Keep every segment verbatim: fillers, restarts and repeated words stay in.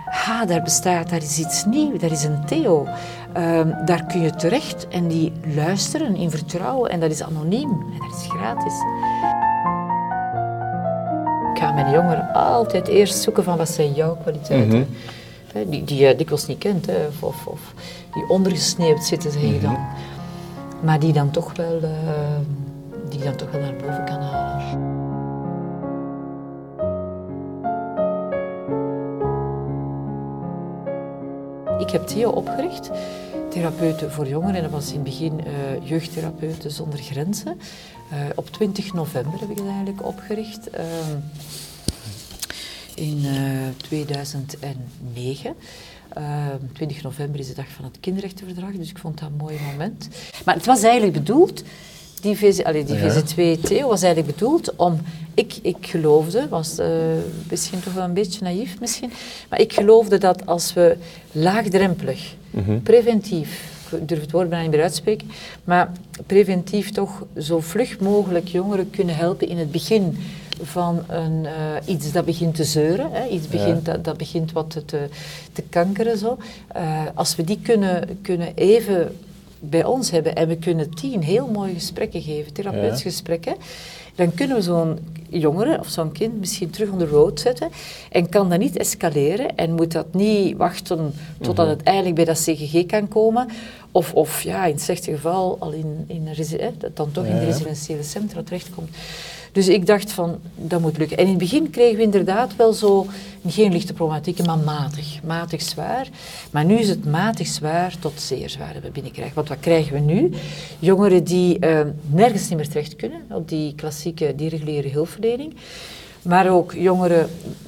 ah, daar bestaat, daar is iets nieuws, daar is een Theo. Uh, daar kun je terecht en die luisteren in vertrouwen en dat is anoniem en dat is gratis. Ik ga mijn jongeren altijd eerst zoeken van wat zijn jouw kwaliteiten. Mm-hmm. Die, die je dikwijls niet kent, hè, of, of, of die ondergesneeuwd zitten, zeg je mm-hmm. dan. Maar die dan toch wel, uh, die dan toch wel naar boven kan halen. Ik heb Theo opgericht, therapeuten voor jongeren, en dat was in het begin uh, jeugdtherapeuten zonder grenzen. Uh, op twintig november heb ik het eigenlijk opgericht, uh, in uh, tweeduizend negen. Uh, twintig november is de dag van het kinderrechtenverdrag, dus ik vond dat een mooi moment. Maar het was eigenlijk bedoeld, die, V Z, allez, die ja. V Z twee Theo was eigenlijk bedoeld om, ik, ik geloofde, was uh, misschien toch wel een beetje naïef misschien, maar ik geloofde dat als we laagdrempelig, mm-hmm. preventief, ik durf het woord bijna niet meer uitspreken, maar preventief toch zo vlug mogelijk jongeren kunnen helpen in het begin van een, uh, iets dat begint te zeuren, hè, iets begint, ja. dat, dat begint wat te, te, te kankeren. Zo. Uh, als we die kunnen, kunnen even bij ons hebben en we kunnen tien heel mooie gesprekken geven, therapeutische ja. gesprekken, dan kunnen we zo'n jongere of zo'n kind misschien terug on the road zetten en kan dat niet escaleren en moet dat niet wachten totdat mm-hmm. het eigenlijk bij dat C G G kan komen of, of ja, in het slechte geval al in, in eh, dat dan toch ja. in de residentiële centra terechtkomt. Dus ik dacht van, dat moet lukken. En in het begin kregen we inderdaad wel zo, geen lichte problematieken, maar matig. Matig zwaar. Maar nu is het matig zwaar tot zeer zwaar dat we binnenkrijgen. Want wat krijgen we nu? Jongeren die uh, nergens niet meer terecht kunnen, op die klassieke, die reguliere hulpverlening. Maar ook jongeren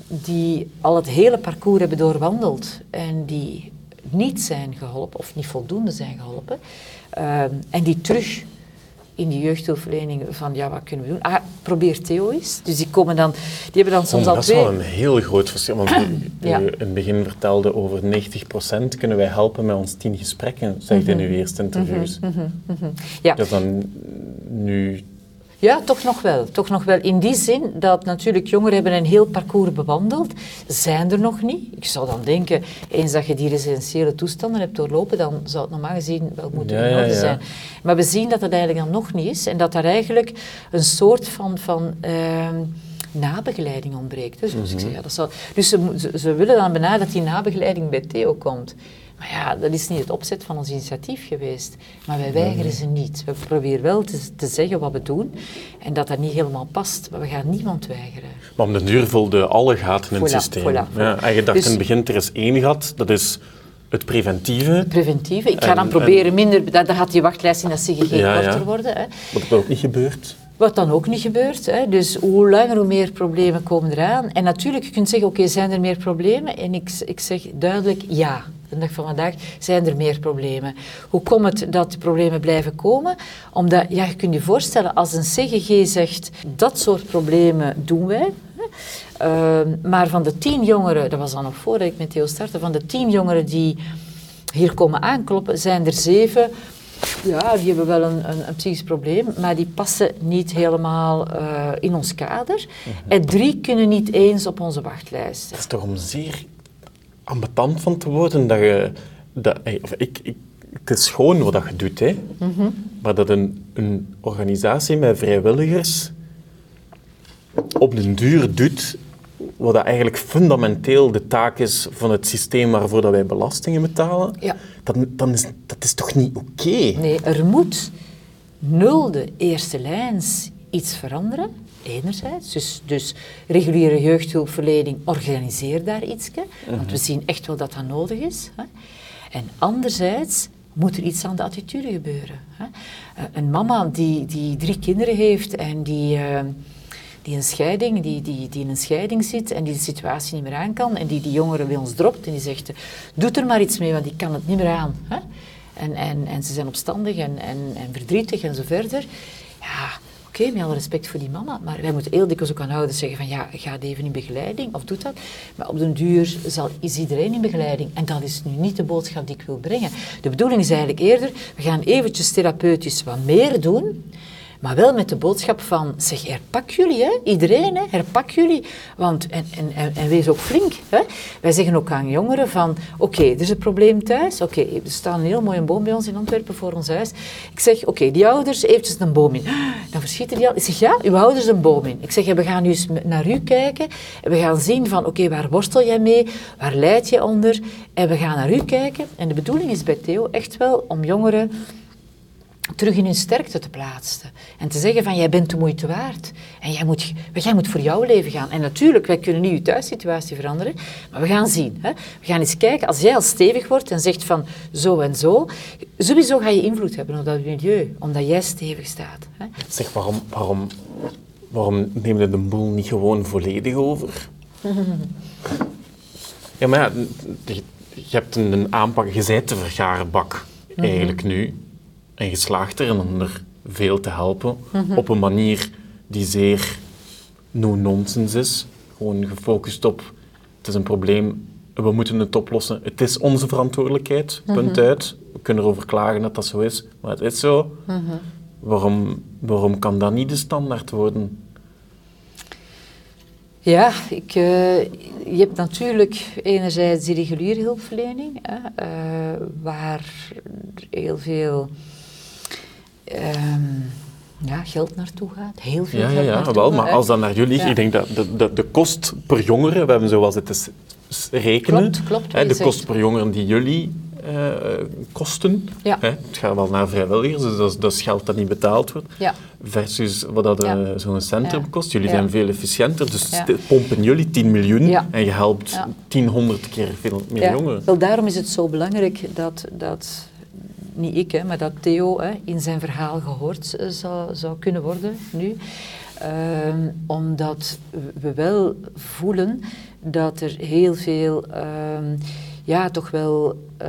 die al het hele parcours hebben doorwandeld en die niet zijn geholpen, of niet voldoende zijn geholpen. Uh, en die terug in die jeugdhulpverlening van, ja, wat kunnen we doen? Ah, probeer Theo eens. Dus die komen dan, die hebben dan soms oh, al twee... Dat is wel een heel groot verschil, want u, ja. u in het begin vertelde over negentig procent kunnen wij helpen met ons tien gesprekken, zegt mm-hmm. in uw eerste interviews. Mm-hmm. Mm-hmm. Ja. Dat is dan nu... Ja, toch nog wel. Toch nog wel. In die zin dat natuurlijk jongeren hebben een heel parcours bewandeld, zijn er nog niet. Ik zou dan denken, eens dat je die residentiële toestanden hebt doorlopen, dan zou het normaal gezien wel moeten ja, in orde ja, ja. zijn. Maar we zien dat het eigenlijk dan nog niet is en dat daar eigenlijk een soort van... van uh, nabegeleiding ontbreekt. Dus, mm-hmm. ik zeg, ja, dat zou, dus ze, ze, ze willen dan bijna dat die nabegeleiding bij Theo komt. Maar ja, dat is niet het opzet van ons initiatief geweest. Maar wij weigeren ze niet. We proberen wel te, te zeggen wat we doen en dat dat niet helemaal past. Maar we gaan niemand weigeren. Maar om de duur vulde alle gaten in het voilà, systeem. Voilà, voilà. Ja, en je dacht dus, in het begin, er is één gat, dat is het preventieve. Het preventieve. Ik ga en, dan proberen en, minder... Dan gaat die wachtlijst in dat C G G ja, korter ja. worden. Hè. Wat er ook niet gebeurt. Wat dan ook niet gebeurt. Hè. Dus hoe langer, hoe meer problemen komen eraan. En natuurlijk, je kunt zeggen, oké, okay, zijn er meer problemen? En ik, ik zeg duidelijk ja. De dag van vandaag zijn er meer problemen. Hoe komt het dat de problemen blijven komen? Omdat, ja, je kunt je voorstellen, als een C G G zegt, dat soort problemen doen wij. Uh, maar van de tien jongeren, dat was dan nog voordat ik met Theo startte, van de tien jongeren die hier komen aankloppen, zijn er zeven... Ja, die hebben wel een, een, een psychisch probleem, maar die passen niet helemaal uh, in ons kader. Mm-hmm. En drie kunnen niet eens op onze wachtlijst. Het is toch om zeer ambetant van te worden dat je... Dat, of ik, ik, het is gewoon wat je doet, hè. Mm-hmm. Maar dat een, een organisatie met vrijwilligers op den duur doet wat dat eigenlijk fundamenteel de taak is van het systeem waarvoor dat wij belastingen betalen, ja. dat, dan is, dat is toch niet oké? Okay? Nee, er moet nul de eerste lijns iets veranderen, enerzijds. Dus, dus reguliere jeugdhulpverlening, organiseer daar iets, mm-hmm. want we zien echt wel dat dat nodig is. Hè. En anderzijds moet er iets aan de attitude gebeuren. Hè. Een mama die, die drie kinderen heeft en die... Uh, die een scheiding, die, die, die in een scheiding zit en die de situatie niet meer aan kan en die die jongeren bij ons dropt en die zegt, doe er maar iets mee, want ik kan het niet meer aan. Hè? En, en, en ze zijn opstandig en, en, en verdrietig en zo verder. Ja, oké, okay, met alle respect voor die mama, maar wij moeten heel dikwijls ook aan ouders zeggen van ja, ga even in begeleiding of doe dat. Maar op den duur zal, is iedereen in begeleiding en dat is nu niet de boodschap die ik wil brengen. De bedoeling is eigenlijk eerder, we gaan eventjes therapeutisch wat meer doen, Maar wel met de boodschap van, zeg, herpak jullie, hè? Iedereen, hè? Herpak jullie. Want, en, en, en, en wees ook flink. Hè? Wij zeggen ook aan jongeren van, oké, okay, er is een probleem thuis. Oké, okay, er staat een heel mooie boom bij ons in Antwerpen voor ons huis. Ik zeg, oké, okay, die ouders, eventjes een boom in. Dan verschieten die al. Ik zeg, ja, uw ouders een boom in. Ik zeg, ja, we gaan nu eens naar u kijken. En we gaan zien van, oké, okay, waar worstel jij mee? Waar lijd je onder? En we gaan naar u kijken. En de bedoeling is bij Theo echt wel om jongeren terug in hun sterkte te plaatsen. En te zeggen van, jij bent de moeite waard. En jij moet, jij moet voor jouw leven gaan. En natuurlijk, wij kunnen niet je thuissituatie veranderen, maar we gaan zien. Hè? We gaan eens kijken, als jij al stevig wordt en zegt van zo en zo, sowieso ga je invloed hebben op dat milieu, omdat jij stevig staat. Hè? Zeg, waarom, waarom, waarom neem je de boel niet gewoon volledig over? Ja, maar ja, je, je hebt een aanpak, je bent de vergaarbak eigenlijk mm-hmm. nu. En je slaagt erin om er veel te helpen, mm-hmm. op een manier die zeer no-nonsense is. Gewoon gefocust op, het is een probleem, we moeten het oplossen. Het is onze verantwoordelijkheid, punt mm-hmm. uit. We kunnen erover klagen dat dat zo is, maar het is zo. Mm-hmm. Waarom, waarom kan dat niet de standaard worden? Ja, ik, uh, je hebt natuurlijk enerzijds die reguliere hulpverlening, hè, uh, waar heel veel um, ja, geld naartoe gaat. Heel veel ja, geld ja, ja, naartoe wel, gaat. maar als dat naar jullie, ja. ik denk dat de, de, de kost per jongere, we hebben zoals het is rekenen, klopt, klopt, hè, de kost zegt. per jongeren die jullie uh, kosten, ja. hè, het gaat wel naar vrijwilligers, dus dat is, dat is geld dat niet betaald wordt, ja. versus wat dat uh, ja. zo'n centrum ja. kost. Jullie ja. zijn veel efficiënter, dus ja. pompen jullie tien miljoen ja. en je helpt ja. tien, honderd keer veel meer ja. jongeren. Wel, daarom is het zo belangrijk dat, dat niet ik, hè, maar dat Theo hè, in zijn verhaal gehoord uh, zou, zou kunnen worden nu. Uh, omdat we wel voelen dat er heel veel, uh, ja, toch wel uh,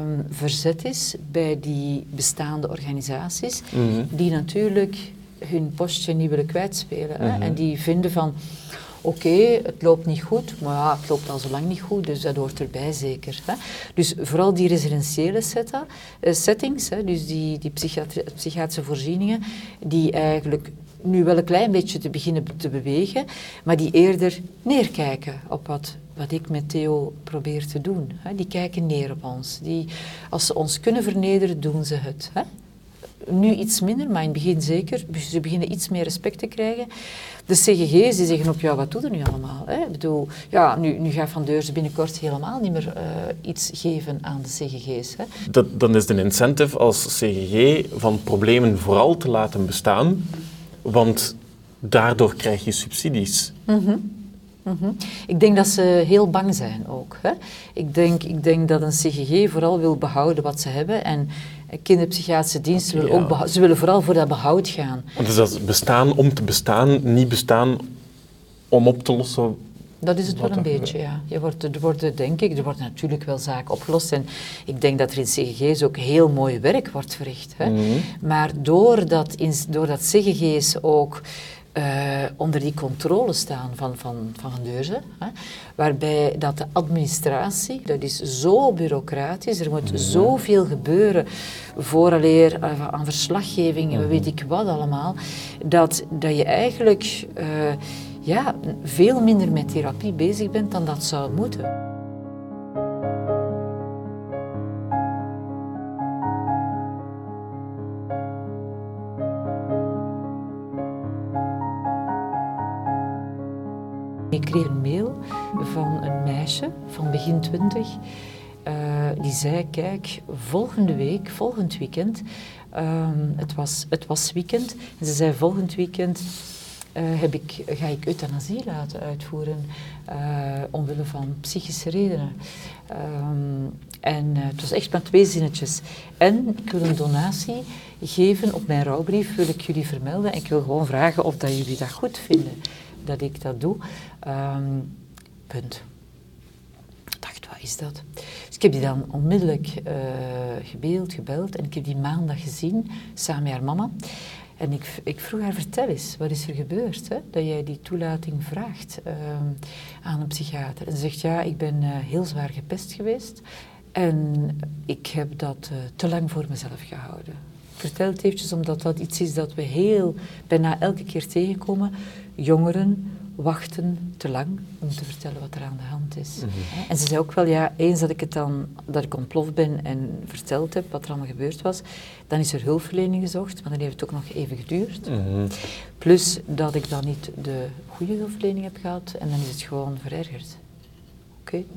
verzet is bij die bestaande organisaties, mm-hmm. die natuurlijk hun postje niet willen kwijtspelen. Hè, mm-hmm. En die vinden van, oké, okay, het loopt niet goed, maar ja, het loopt al zo lang niet goed, dus dat hoort erbij zeker. Hè. Dus vooral die residentiële setta, uh, settings, hè, dus die, die psychiatrische voorzieningen, die eigenlijk nu wel een klein beetje te beginnen te bewegen, maar die eerder neerkijken op wat, wat ik met Theo probeer te doen. Hè. Die kijken neer op ons. Die, als ze ons kunnen vernederen, doen ze het. Hè. Nu iets minder, maar in het begin zeker. Dus ze beginnen iets meer respect te krijgen. De C G G's die zeggen op, ja, wat doe je nu allemaal? Hè? Ik bedoel, ja, nu, nu gaat Van Deurzen binnenkort helemaal niet meer uh, iets geven aan de C G G's. Hè? Dat, dan is de incentive als C G G van problemen vooral te laten bestaan, want daardoor krijg je subsidies. Mm-hmm. Mm-hmm. Ik denk dat ze heel bang zijn ook. Hè? Ik, denk, ik denk dat een C G G vooral wil behouden wat ze hebben en kinderpsychiatrische diensten willen ja. ook behouden. Ze willen vooral voor dat behoud gaan. Dus dat is bestaan om te bestaan, niet bestaan om op te lossen. Dat is het wel een beetje, ja. Je wordt, er worden, denk ik, er worden natuurlijk wel zaken opgelost en ik denk dat er in C G G's ook heel mooi werk wordt verricht. Hè? Mm-hmm. Maar doordat, in, doordat C G G's ook Uh, onder die controle staan van Van, van Deurzen, hè, waarbij dat de administratie, dat is zo bureaucratisch, er moet mm-hmm. zoveel gebeuren vooraleer uh, aan verslaggeving en mm-hmm. weet ik wat allemaal, dat, dat je eigenlijk uh, ja, veel minder met therapie bezig bent dan dat zou moeten. Ik kreeg een mail van een meisje van begin twintig. Uh, die zei, kijk, volgende week, volgend weekend, um, het, was, het was weekend, en ze zei, volgend weekend uh, heb ik, ga ik euthanasie laten uitvoeren, uh, omwille van psychische redenen. Um, en uh, het was echt maar twee zinnetjes. En ik wil een donatie geven op mijn rouwbrief, wil ik jullie vermelden, en ik wil gewoon vragen of dat jullie dat goed vinden. Dat ik dat doe. Um, punt. Ik dacht, wat is dat? Dus ik heb die dan onmiddellijk uh, gebeld, gebeld en ik heb die maandag gezien, samen met haar mama. En ik, ik vroeg haar, vertel eens, wat is er gebeurd, hè, dat jij die toelating vraagt uh, aan een psychiater? En ze zegt, ja, ik ben uh, heel zwaar gepest geweest en ik heb dat uh, te lang voor mezelf gehouden. vertel het eventjes omdat dat iets is dat we heel, bijna elke keer tegenkomen. Jongeren wachten te lang om te vertellen wat er aan de hand is. Mm-hmm. En ze zei ook wel, ja, eens dat ik het dan, dat ik ontploft ben en verteld heb wat er allemaal gebeurd was, dan is er hulpverlening gezocht, maar dan heeft het ook nog even geduurd. Mm-hmm. Plus dat ik dan niet de goede hulpverlening heb gehad en dan is het gewoon verergerd. Oké. Okay.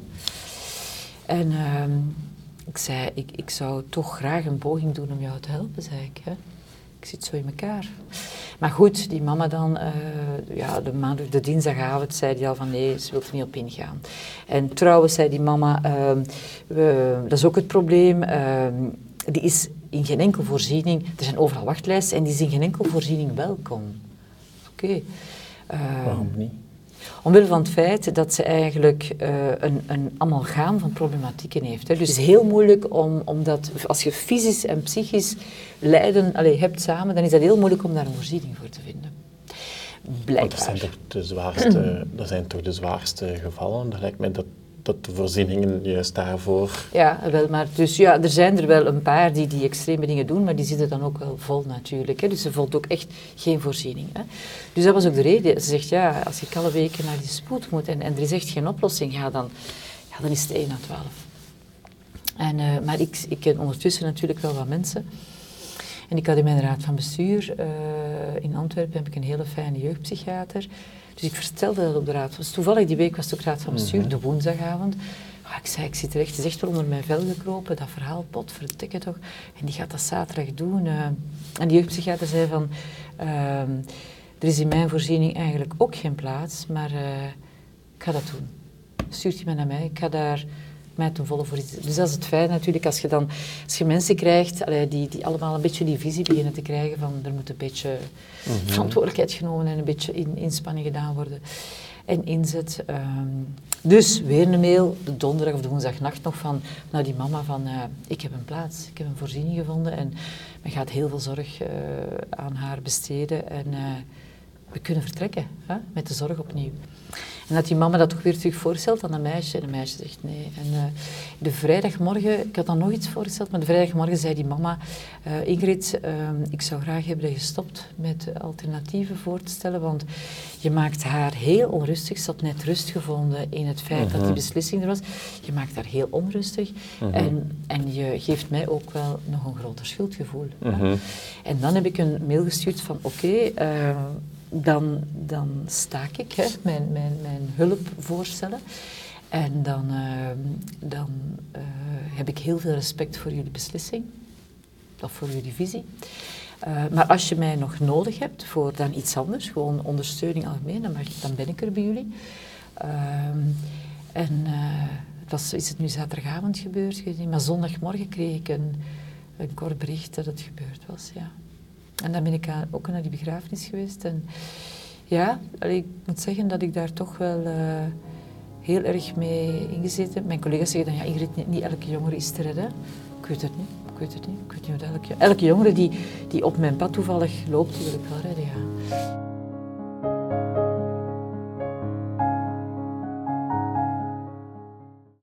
En uh, ik zei, ik, ik zou toch graag een poging doen om jou te helpen, zei ik. Hè. Ik zit zo in elkaar. Maar goed, die mama dan, uh, ja, de, maandag, de dinsdagavond zei die al van nee, ze wil er niet op ingaan. En trouwens zei die mama, uh, uh, dat is ook het probleem, uh, die is in geen enkel voorziening, er zijn overal wachtlijsten en die is in geen enkel voorziening welkom. Oké. Okay. Uh, Waarom niet? Omwille van het feit dat ze eigenlijk uh, een, een amalgaam van problematieken heeft. Hè. Dus het is heel moeilijk om, omdat als je fysisch en psychisch lijden allez, hebt samen, dan is dat heel moeilijk om daar een voorziening voor te vinden. Blijkbaar. Want dat zijn toch de zwaarste, dat zijn toch de zwaarste gevallen? Dat lijkt mij dat, dat de voorzieningen juist daarvoor... Ja, wel, maar dus ja, er zijn er wel een paar die die extreme dingen doen, maar die zitten dan ook wel vol natuurlijk. Hè. Dus ze voelt ook echt geen voorziening. Hè. Dus dat was ook de reden. Ze zegt, ja, als ik alle weken naar die spoed moet en, en er is echt geen oplossing, ja, dan, ja, dan is het één na twaalf. En, uh, maar ik, ik ken ondertussen natuurlijk wel wat mensen. En ik had in mijn raad van bestuur uh, in Antwerpen heb ik een hele fijne jeugdpsychiater. Dus ik vertelde dat op de raad. Dus toevallig die week was het ook raad van bestuur, mm-hmm. de woensdagavond. Oh, ik zei, ik zit er echt, het is echt wel onder mijn vel gekropen, dat verhaal, potverdikke toch. En die gaat dat zaterdag doen. Uh, en die jeugdpsychiater zei van, uh, er is in mijn voorziening eigenlijk ook geen plaats, maar uh, ik ga dat doen. Stuurt hij mij naar mij, ik ga daar mij ten volle voor iets. Dus dat is het feit natuurlijk, als je dan, als je mensen krijgt, allee, die, die allemaal een beetje die visie beginnen te krijgen van, er moet een beetje mm-hmm. verantwoordelijkheid genomen en een beetje in, inspanning gedaan worden. En inzet. Um, dus weer een mail, de donderdag of de woensdagnacht nog van, naar die mama van, uh, ik heb een plaats, ik heb een voorziening gevonden en men gaat heel veel zorg uh, aan haar besteden en uh, we kunnen vertrekken hè, met de zorg opnieuw. En dat die mama dat toch weer terug voorstelt aan een meisje. En een meisje zegt nee. En uh, de vrijdagmorgen, ik had dan nog iets voorgesteld, maar de vrijdagmorgen zei die mama, uh, Ingrid, uh, ik zou graag hebben dat je stopt met alternatieven voor te stellen, want je maakt haar heel onrustig. Ze had net rust gevonden in het feit uh-huh. dat die beslissing er was. Je maakt haar heel onrustig uh-huh. en, en je geeft mij ook wel nog een groter schuldgevoel. Uh-huh. En dan heb ik een mail gestuurd van oké, okay, uh, Dan, dan staak ik hè, mijn, mijn, mijn hulp voorstellen en dan, uh, dan uh, heb ik heel veel respect voor jullie beslissing, of voor jullie visie. Uh, maar als je mij nog nodig hebt voor dan iets anders, gewoon ondersteuning algemeen, dan, mag, dan ben ik er bij jullie. Uh, en uh, het was, is het nu zaterdagavond gebeurd, maar zondagmorgen kreeg ik een, een kort bericht dat het gebeurd was, ja. En dan ben ik ook naar die begrafenis geweest. En ja, allee, ik moet zeggen dat ik daar toch wel uh, heel erg mee ingezeten heb. Mijn collega's zeggen dan, ja Ingrid, niet, niet elke jongere is te redden. Ik weet het niet, ik weet het niet. Ik weet niet wat elke, elke jongere die, die op mijn pad toevallig loopt, die wil ik wel redden, ja.